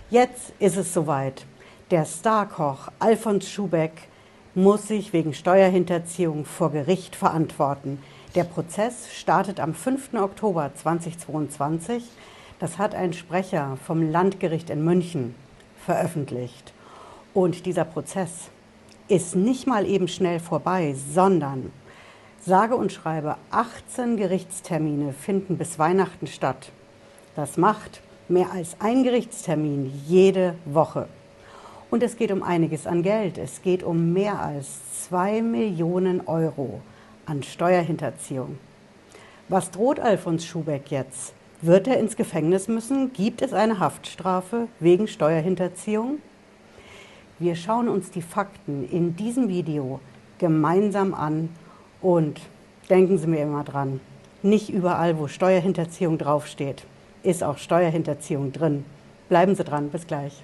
Jetzt ist es soweit. Der Starkoch Alfons Schubeck muss sich wegen Steuerhinterziehung vor Gericht verantworten. Der Prozess startet am 5. Oktober 2022. Das hat ein Sprecher vom Landgericht in München veröffentlicht. Und dieser Prozess ist nicht mal eben schnell vorbei, sondern sage und schreibe 18 Gerichtstermine finden bis Weihnachten statt. Das macht mehr als ein Gerichtstermin jede Woche. Und es geht um einiges an Geld. Es geht um mehr als 2 Millionen Euro an Steuerhinterziehung. Was droht Alfons Schubeck jetzt? Wird er ins Gefängnis müssen? Gibt es eine Haftstrafe wegen Steuerhinterziehung? Wir schauen uns die Fakten in diesem Video gemeinsam an und denken Sie mir immer dran, nicht überall, wo Steuerhinterziehung draufsteht, ist auch Steuerhinterziehung drin. Bleiben Sie dran, bis gleich.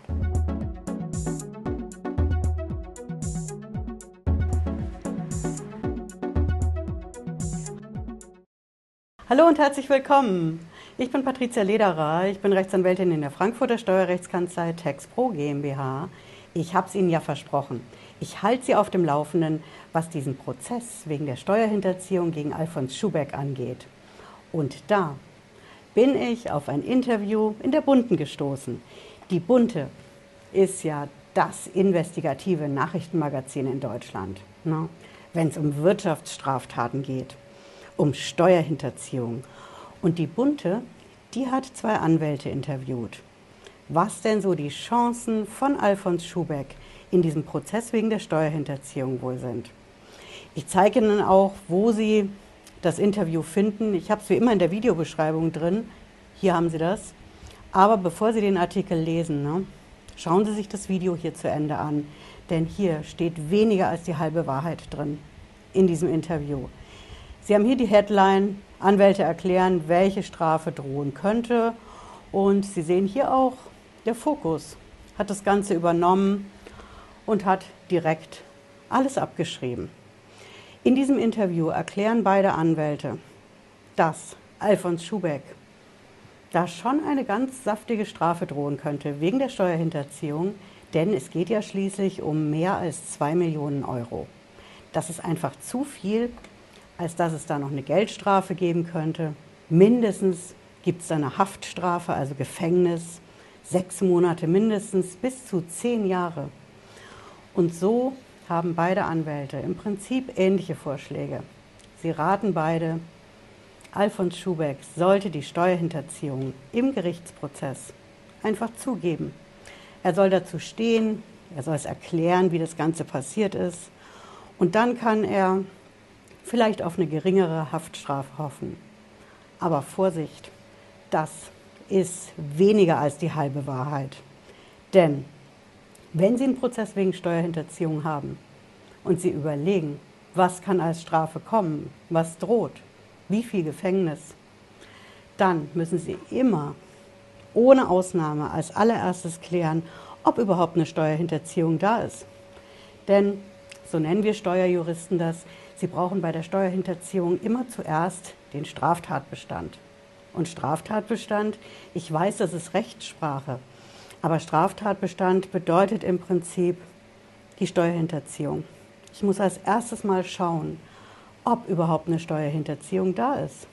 Hallo und herzlich willkommen. Ich bin Patricia Lederer, ich bin Rechtsanwältin in der Frankfurter Steuerrechtskanzlei TaxPro GmbH. Ich habe es Ihnen ja versprochen. Ich halte Sie auf dem Laufenden, was diesen Prozess wegen der Steuerhinterziehung gegen Alfons Schubeck angeht. Und da bin ich auf ein Interview in der Bunten gestoßen. Die Bunte ist ja das investigative Nachrichtenmagazin in Deutschland, ne? Wenn es um Wirtschaftsstraftaten geht, um Steuerhinterziehung. Und die Bunte, die hat 2 Anwälte interviewt. Was denn so die Chancen von Alfons Schubeck in diesem Prozess wegen der Steuerhinterziehung wohl sind. Ich zeige Ihnen auch, wo Sie das Interview finden. Ich habe es wie immer in der Videobeschreibung drin. Hier haben Sie das. Aber bevor Sie den Artikel lesen, ne, schauen Sie sich das Video hier zu Ende an. Denn hier steht weniger als die halbe Wahrheit drin in diesem Interview. Sie haben hier die Headline, Anwälte erklären, welche Strafe drohen könnte. Und Sie sehen hier auch, der Fokus hat das Ganze übernommen und hat direkt alles abgeschrieben. In diesem Interview erklären beide Anwälte, dass Alfons Schubeck da schon eine ganz saftige Strafe drohen könnte wegen der Steuerhinterziehung, denn es geht ja schließlich um mehr als 2 Millionen Euro. Das ist einfach zu viel, als dass es da noch eine Geldstrafe geben könnte. Mindestens gibt es da eine Haftstrafe, also Gefängnis, 6 Monate mindestens bis zu 10 Jahre. Und so haben beide Anwälte im Prinzip ähnliche Vorschläge. Sie raten beide, Alfons Schubeck sollte die Steuerhinterziehung im Gerichtsprozess einfach zugeben. Er soll dazu stehen, er soll es erklären, wie das Ganze passiert ist. Und dann kann er vielleicht auf eine geringere Haftstrafe hoffen. Aber Vorsicht, das ist weniger als die halbe Wahrheit. Denn wenn Sie einen Prozess wegen Steuerhinterziehung haben und Sie überlegen, was kann als Strafe kommen, was droht, wie viel Gefängnis, dann müssen Sie immer ohne Ausnahme als allererstes klären, ob überhaupt eine Steuerhinterziehung da ist. Denn, so nennen wir Steuerjuristen das, Sie brauchen bei der Steuerhinterziehung immer zuerst den Straftatbestand. Und Straftatbestand, ich weiß, das ist Rechtssprache, aber Straftatbestand bedeutet im Prinzip die Steuerhinterziehung. Ich muss als erstes mal schauen, ob überhaupt eine Steuerhinterziehung da ist.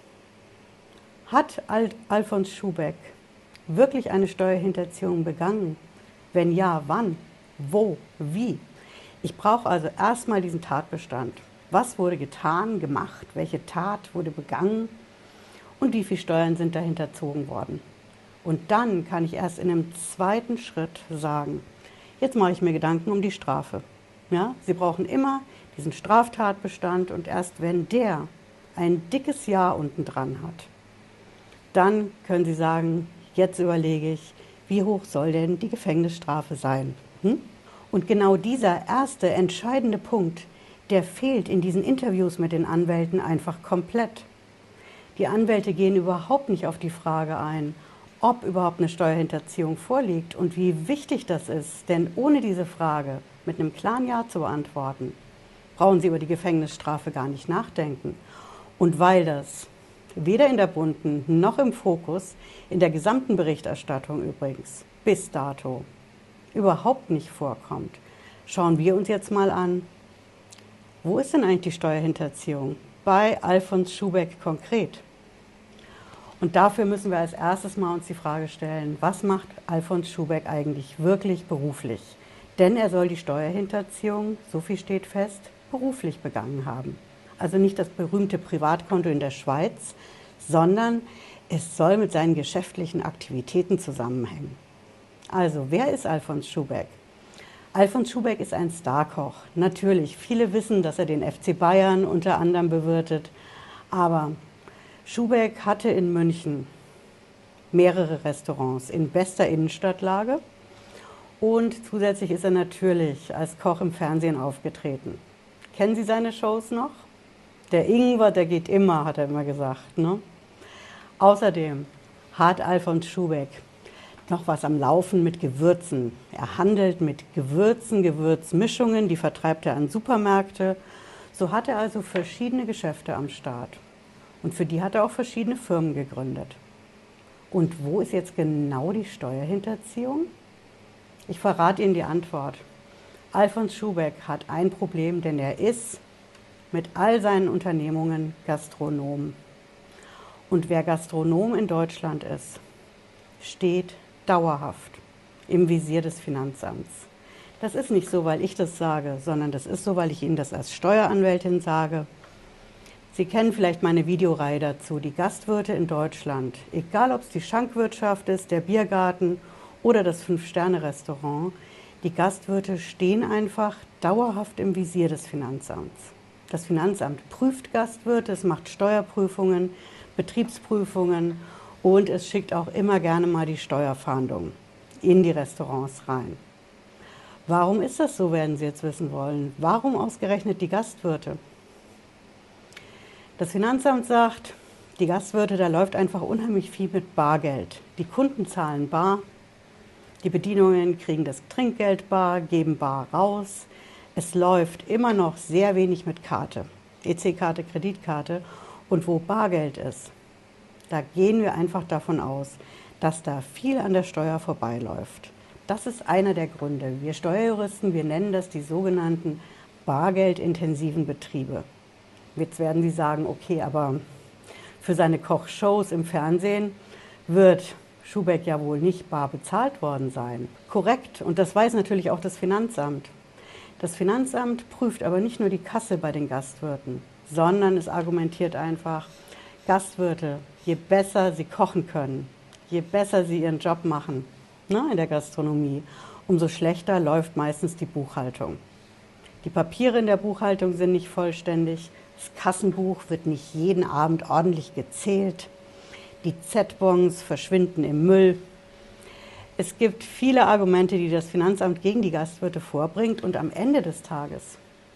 Hat Alfons Schubeck wirklich eine Steuerhinterziehung begangen? Wenn ja, wann? Wo? Wie? Ich brauche also erstmal diesen Tatbestand. Was wurde getan, gemacht? Welche Tat wurde begangen? Und wie viel Steuern sind dahinter erzogen worden? Und dann kann ich erst in einem zweiten Schritt sagen, jetzt mache ich mir Gedanken um die Strafe. Ja? Sie brauchen immer diesen Straftatbestand und erst wenn der ein dickes Ja unten dran hat, dann können Sie sagen, jetzt überlege ich, wie hoch soll denn die Gefängnisstrafe sein? Und genau dieser erste entscheidende Punkt, der fehlt in diesen Interviews mit den Anwälten einfach komplett. Die Anwälte gehen überhaupt nicht auf die Frage ein, ob überhaupt eine Steuerhinterziehung vorliegt und wie wichtig das ist. Denn ohne diese Frage mit einem klaren Ja zu beantworten, brauchen Sie über die Gefängnisstrafe gar nicht nachdenken. Und weil das weder in der Bunten noch im Fokus, in der gesamten Berichterstattung übrigens, bis dato überhaupt nicht vorkommt, schauen wir uns jetzt mal an, wo ist denn eigentlich die Steuerhinterziehung bei Alfons Schubeck konkret? Und dafür müssen wir als erstes mal uns die Frage stellen, was macht Alfons Schubeck eigentlich wirklich beruflich? Denn er soll die Steuerhinterziehung, so viel steht fest, beruflich begangen haben. Also nicht das berühmte Privatkonto in der Schweiz, sondern es soll mit seinen geschäftlichen Aktivitäten zusammenhängen. Also, wer ist Alfons Schubeck? Alfons Schubeck ist ein Starkoch. Natürlich, viele wissen, dass er den FC Bayern unter anderem bewirtet, aber Schubeck hatte in München mehrere Restaurants in bester Innenstadtlage und zusätzlich ist er natürlich als Koch im Fernsehen aufgetreten. Kennen Sie seine Shows noch? Der Ingwer, der geht immer, hat er immer gesagt, ne? Außerdem hat Alfons Schubeck noch was am Laufen mit Gewürzen. Er handelt mit Gewürzen, Gewürzmischungen, die vertreibt er an Supermärkte. So hat er also verschiedene Geschäfte am Start. Und für die hat er auch verschiedene Firmen gegründet. Und wo ist jetzt genau die Steuerhinterziehung? Ich verrate Ihnen die Antwort. Alfons Schubeck hat ein Problem, denn er ist mit all seinen Unternehmungen Gastronom. Und wer Gastronom in Deutschland ist, steht dauerhaft im Visier des Finanzamts. Das ist nicht so, weil ich das sage, sondern das ist so, weil ich Ihnen das als Steueranwältin sage. Sie kennen vielleicht meine Videoreihe dazu, die Gastwirte in Deutschland. Egal, ob es die Schankwirtschaft ist, der Biergarten oder das Fünf-Sterne-Restaurant, die Gastwirte stehen einfach dauerhaft im Visier des Finanzamts. Das Finanzamt prüft Gastwirte, es macht Steuerprüfungen, Betriebsprüfungen und es schickt auch immer gerne mal die Steuerfahndung in die Restaurants rein. Warum ist das so, werden Sie jetzt wissen wollen. Warum ausgerechnet die Gastwirte? Das Finanzamt sagt, die Gastwirte, da läuft einfach unheimlich viel mit Bargeld. Die Kunden zahlen bar, die Bedienungen kriegen das Trinkgeld bar, geben bar raus. Es läuft immer noch sehr wenig mit Karte, EC-Karte, Kreditkarte. Und wo Bargeld ist, da gehen wir einfach davon aus, dass da viel an der Steuer vorbeiläuft. Das ist einer der Gründe. Wir Steuerjuristen, wir nennen das die sogenannten bargeldintensiven Betriebe. Jetzt werden Sie sagen, okay, aber für seine Kochshows im Fernsehen wird Schubeck ja wohl nicht bar bezahlt worden sein. Korrekt, und das weiß natürlich auch das Finanzamt. Das Finanzamt prüft aber nicht nur die Kasse bei den Gastwirten, sondern es argumentiert einfach, Gastwirte, je besser sie kochen können, je besser sie ihren Job machen, ne, in der Gastronomie, umso schlechter läuft meistens die Buchhaltung. Die Papiere in der Buchhaltung sind nicht vollständig, das Kassenbuch wird nicht jeden Abend ordentlich gezählt, die Z-Bons verschwinden im Müll. Es gibt viele Argumente, die das Finanzamt gegen die Gastwirte vorbringt und am Ende des Tages,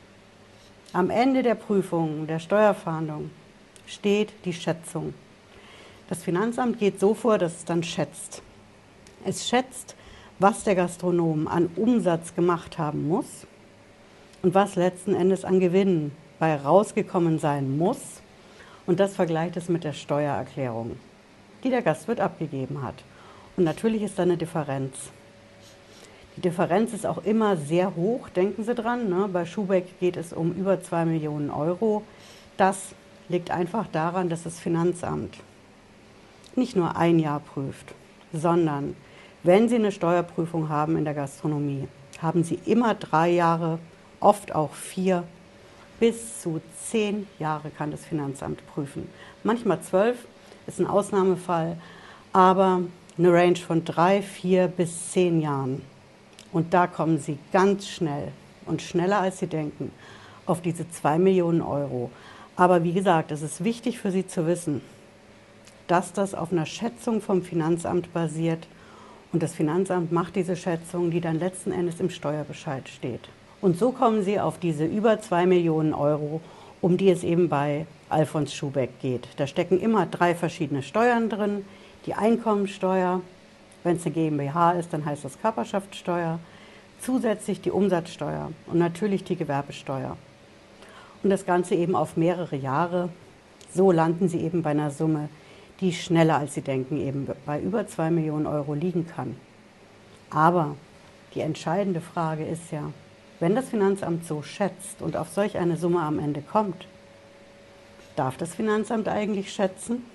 am Ende der Prüfung, der Steuerfahndung, steht die Schätzung. Das Finanzamt geht so vor, dass es dann schätzt. Es schätzt, was der Gastronom an Umsatz gemacht haben muss und was letzten Endes an Gewinnen bei rausgekommen sein muss. Und das vergleicht es mit der Steuererklärung, die der Gastwirt abgegeben hat. Und natürlich ist da eine Differenz. Die Differenz ist auch immer sehr hoch, denken Sie dran. Ne? Bei Schubeck geht es um über 2 Millionen Euro. Das liegt einfach daran, dass das Finanzamt nicht nur ein Jahr prüft, sondern wenn Sie eine Steuerprüfung haben in der Gastronomie, haben Sie immer 3 Jahre, oft auch 4, bis zu 10 Jahre kann das Finanzamt prüfen. Manchmal 12, ist ein Ausnahmefall, aber eine Range von 3, 4 bis 10 Jahren. Und da kommen Sie ganz schnell und schneller als Sie denken auf diese 2 Millionen Euro. Aber wie gesagt, es ist wichtig für Sie zu wissen, dass das auf einer Schätzung vom Finanzamt basiert und das Finanzamt macht diese Schätzung, die dann letzten Endes im Steuerbescheid steht. Und so kommen Sie auf diese über 2 Millionen Euro, um die es eben bei Alfons Schubeck geht. Da stecken immer 3 verschiedene Steuern drin. Die Einkommensteuer, wenn es eine GmbH ist, dann heißt das Körperschaftssteuer, zusätzlich die Umsatzsteuer und natürlich die Gewerbesteuer. Und das Ganze eben auf mehrere Jahre. So landen Sie eben bei einer Summe, die schneller als Sie denken eben bei über 2 Millionen Euro liegen kann. Aber die entscheidende Frage ist ja, wenn das Finanzamt so schätzt und auf solch eine Summe am Ende kommt, darf das Finanzamt eigentlich schätzen?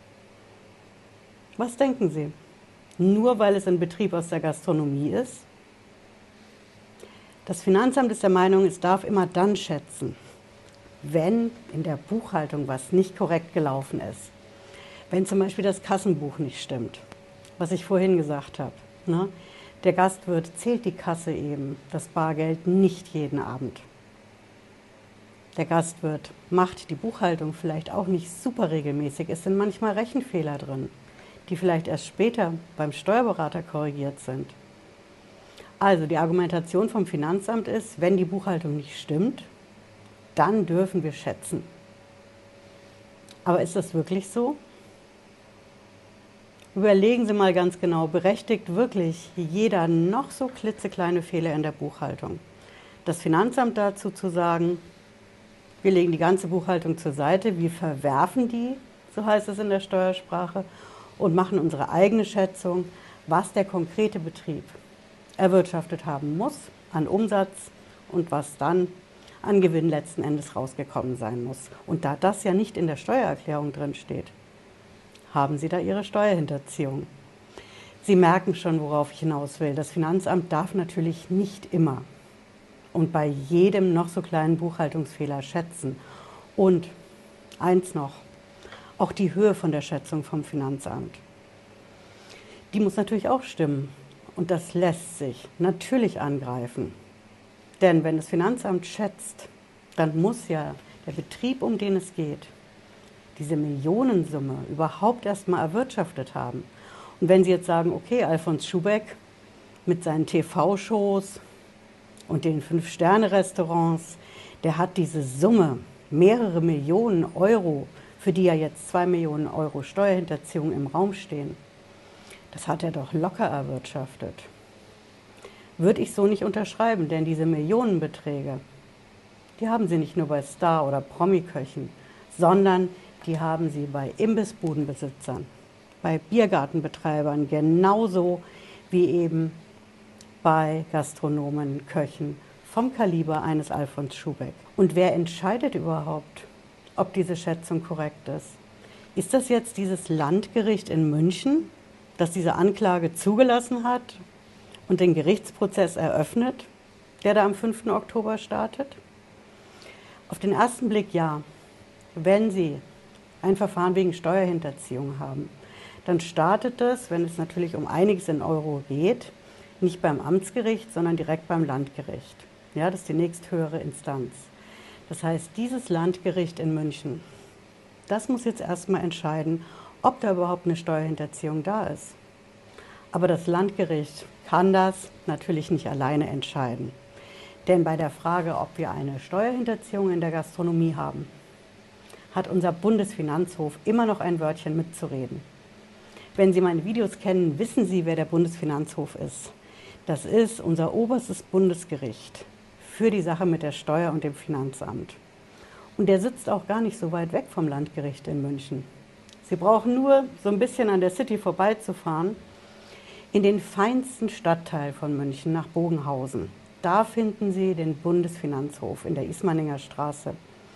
Was denken Sie? Nur weil es ein Betrieb aus der Gastronomie ist? Das Finanzamt ist der Meinung, es darf immer dann schätzen, wenn in der Buchhaltung was nicht korrekt gelaufen ist. Wenn zum Beispiel das Kassenbuch nicht stimmt, was ich vorhin gesagt habe. Ne? Der Gastwirt zählt die Kasse eben, das Bargeld, nicht jeden Abend. Der Gastwirt macht die Buchhaltung vielleicht auch nicht super regelmäßig. Es sind manchmal Rechenfehler drin, die vielleicht erst später beim Steuerberater korrigiert sind. Also die Argumentation vom Finanzamt ist, wenn die Buchhaltung nicht stimmt, dann dürfen wir schätzen. Aber ist das wirklich so? Überlegen Sie mal ganz genau, berechtigt wirklich jeder noch so klitzekleine Fehler in der Buchhaltung das Finanzamt dazu zu sagen, wir legen die ganze Buchhaltung zur Seite, wir verwerfen die, so heißt es in der Steuersprache, und machen unsere eigene Schätzung, was der konkrete Betrieb erwirtschaftet haben muss an Umsatz und was dann an Gewinn letzten Endes rausgekommen sein muss. Und da das ja nicht in der Steuererklärung drin steht, haben Sie da Ihre Steuerhinterziehung. Sie merken schon, worauf ich hinaus will. Das Finanzamt darf natürlich nicht immer und bei jedem noch so kleinen Buchhaltungsfehler schätzen. Und eins noch, auch die Höhe von der Schätzung vom Finanzamt. Die muss natürlich auch stimmen. Und das lässt sich natürlich angreifen. Denn wenn das Finanzamt schätzt, dann muss ja der Betrieb, um den es geht, diese Millionensumme überhaupt erstmal erwirtschaftet haben. Und wenn Sie jetzt sagen, okay, Alfons Schubeck mit seinen TV-Shows und den 5-Sterne-Restaurants, der hat diese Summe, mehrere Millionen Euro, für die ja jetzt 2 Millionen Euro Steuerhinterziehung im Raum stehen, das hat er doch locker erwirtschaftet. Würde ich so nicht unterschreiben, denn diese Millionenbeträge, die haben Sie nicht nur bei Star- oder Promiköchen, sondern die haben Sie bei Imbissbudenbesitzern, bei Biergartenbetreibern, genauso wie eben bei Gastronomen, Köchen vom Kaliber eines Alfons Schubeck. Und wer entscheidet überhaupt, ob diese Schätzung korrekt ist? Ist das jetzt dieses Landgericht in München, das diese Anklage zugelassen hat und den Gerichtsprozess eröffnet, der da am 5. Oktober startet? Auf den ersten Blick ja. Wenn Sie ein Verfahren wegen Steuerhinterziehung haben, dann startet es, wenn es natürlich um einiges in Euro geht, nicht beim Amtsgericht, sondern direkt beim Landgericht. Ja, das ist die nächsthöhere Instanz. Das heißt, dieses Landgericht in München, das muss jetzt erstmal entscheiden, ob da überhaupt eine Steuerhinterziehung da ist. Aber das Landgericht kann das natürlich nicht alleine entscheiden. Denn bei der Frage, ob wir eine Steuerhinterziehung in der Gastronomie haben, hat unser Bundesfinanzhof immer noch ein Wörtchen mitzureden. Wenn Sie meine Videos kennen, wissen Sie, wer der Bundesfinanzhof ist. Das ist unser oberstes Bundesgericht für die Sache mit der Steuer und dem Finanzamt. Und der sitzt auch gar nicht so weit weg vom Landgericht in München. Sie brauchen nur so ein bisschen an der City vorbeizufahren, in den feinsten Stadtteil von München nach Bogenhausen. Da finden Sie den Bundesfinanzhof in der Ismaninger Straße.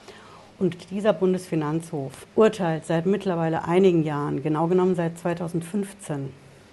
Und dieser Bundesfinanzhof urteilt seit mittlerweile einigen Jahren, genau genommen seit 2015,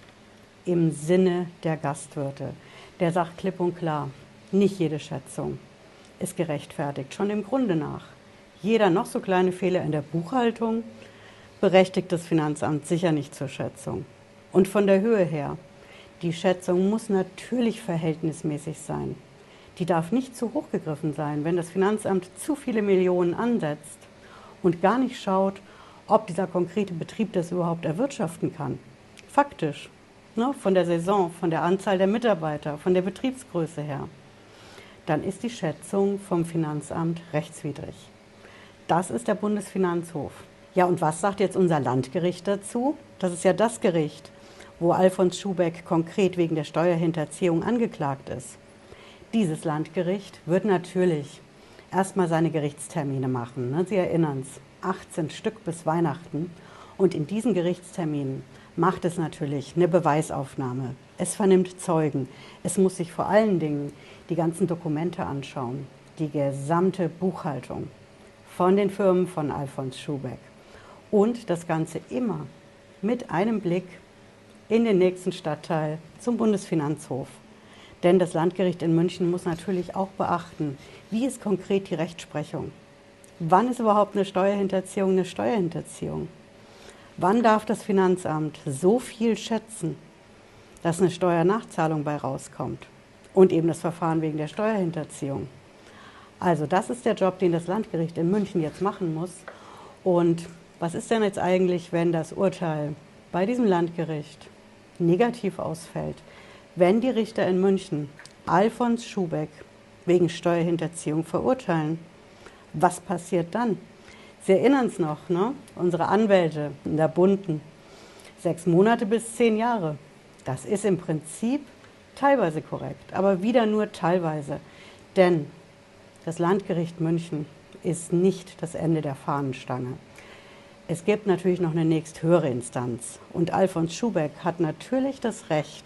im Sinne der Gastwirte. Der sagt klipp und klar, nicht jede Schätzung ist gerechtfertigt, schon im Grunde nach. Jeder noch so kleine Fehler in der Buchhaltung berechtigt das Finanzamt sicher nicht zur Schätzung. Und von der Höhe her, die Schätzung muss natürlich verhältnismäßig sein. Die darf nicht zu hoch gegriffen sein, wenn das Finanzamt zu viele Millionen ansetzt und gar nicht schaut, ob dieser konkrete Betrieb das überhaupt erwirtschaften kann. Faktisch, ne, von der Saison, von der Anzahl der Mitarbeiter, von der Betriebsgröße her. Dann ist die Schätzung vom Finanzamt rechtswidrig. Das ist der Bundesfinanzhof. Ja, und was sagt jetzt unser Landgericht dazu? Das ist ja das Gericht, wo Alfons Schubeck konkret wegen der Steuerhinterziehung angeklagt ist. Dieses Landgericht wird natürlich erstmal seine Gerichtstermine machen. Ne? Sie erinnern es, 18 Stück bis Weihnachten. Und in diesen Gerichtsterminen macht es natürlich eine Beweisaufnahme. Es vernimmt Zeugen. Es muss sich vor allen Dingen die ganzen Dokumente anschauen, die gesamte Buchhaltung von den Firmen von Alfons Schubeck. Und das Ganze immer mit einem Blick in den nächsten Stadtteil zum Bundesfinanzhof. Denn das Landgericht in München muss natürlich auch beachten, wie ist konkret die Rechtsprechung. Wann ist überhaupt eine Steuerhinterziehung eine Steuerhinterziehung? Wann darf das Finanzamt so viel schätzen, dass eine Steuernachzahlung bei rauskommt? Und eben das Verfahren wegen der Steuerhinterziehung. Also das ist der Job, den das Landgericht in München jetzt machen muss. Und was ist denn jetzt eigentlich, wenn das Urteil bei diesem Landgericht negativ ausfällt? Wenn die Richter in München Alfons Schubeck wegen Steuerhinterziehung verurteilen, was passiert dann? Sie erinnern es noch, ne? Unsere Anwälte in der Bunten, 6 Monate bis 10 Jahre. Das ist im Prinzip teilweise korrekt, aber wieder nur teilweise. Denn das Landgericht München ist nicht das Ende der Fahnenstange. Es gibt natürlich noch eine nächsthöhere Instanz. Und Alfons Schubeck hat natürlich das Recht,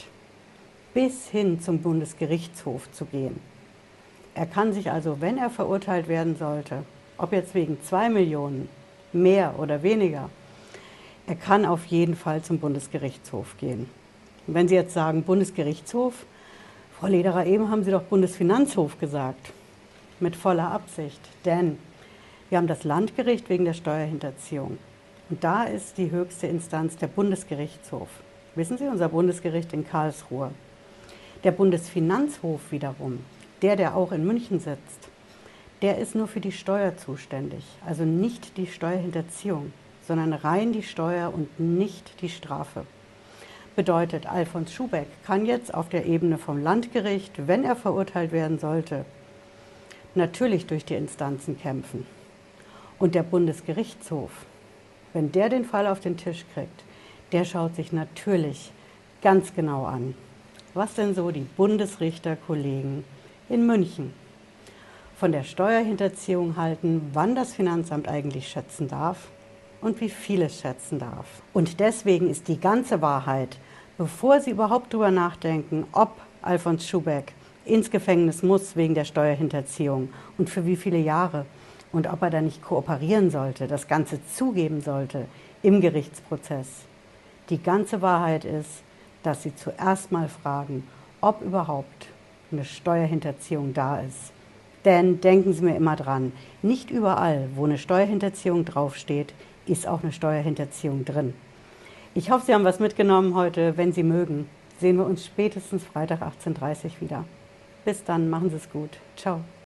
bis hin zum Bundesgerichtshof zu gehen. Er kann sich also, wenn er verurteilt werden sollte, ob jetzt wegen 2 Millionen, mehr oder weniger, er kann auf jeden Fall zum Bundesgerichtshof gehen. Und wenn Sie jetzt sagen, Bundesgerichtshof, Frau Lederer, eben haben Sie doch Bundesfinanzhof gesagt, mit voller Absicht, denn wir haben das Landgericht wegen der Steuerhinterziehung. Und da ist die höchste Instanz der Bundesgerichtshof. Wissen Sie, unser Bundesgericht in Karlsruhe. Der Bundesfinanzhof wiederum, der auch in München sitzt, der ist nur für die Steuer zuständig. Also nicht die Steuerhinterziehung, sondern rein die Steuer und nicht die Strafe. Bedeutet, Alfons Schubeck kann jetzt auf der Ebene vom Landgericht, wenn er verurteilt werden sollte, natürlich durch die Instanzen kämpfen. Und der Bundesgerichtshof, wenn der den Fall auf den Tisch kriegt, der schaut sich natürlich ganz genau an, was denn so die Bundesrichterkollegen in München von der Steuerhinterziehung halten, wann das Finanzamt eigentlich schätzen darf und wie viel es schätzen darf. Und deswegen ist die ganze Wahrheit, bevor Sie überhaupt darüber nachdenken, ob Alfons Schubeck ins Gefängnis muss wegen der Steuerhinterziehung und für wie viele Jahre und ob er da nicht kooperieren sollte, das Ganze zugeben sollte im Gerichtsprozess. Die ganze Wahrheit ist, dass Sie zuerst mal fragen, ob überhaupt eine Steuerhinterziehung da ist. Denn denken Sie mir immer dran, nicht überall, wo eine Steuerhinterziehung draufsteht, ist auch eine Steuerhinterziehung drin. Ich hoffe, Sie haben was mitgenommen heute. Wenn Sie mögen, sehen wir uns spätestens Freitag 18:30 Uhr wieder. Bis dann, machen Sie es gut. Ciao.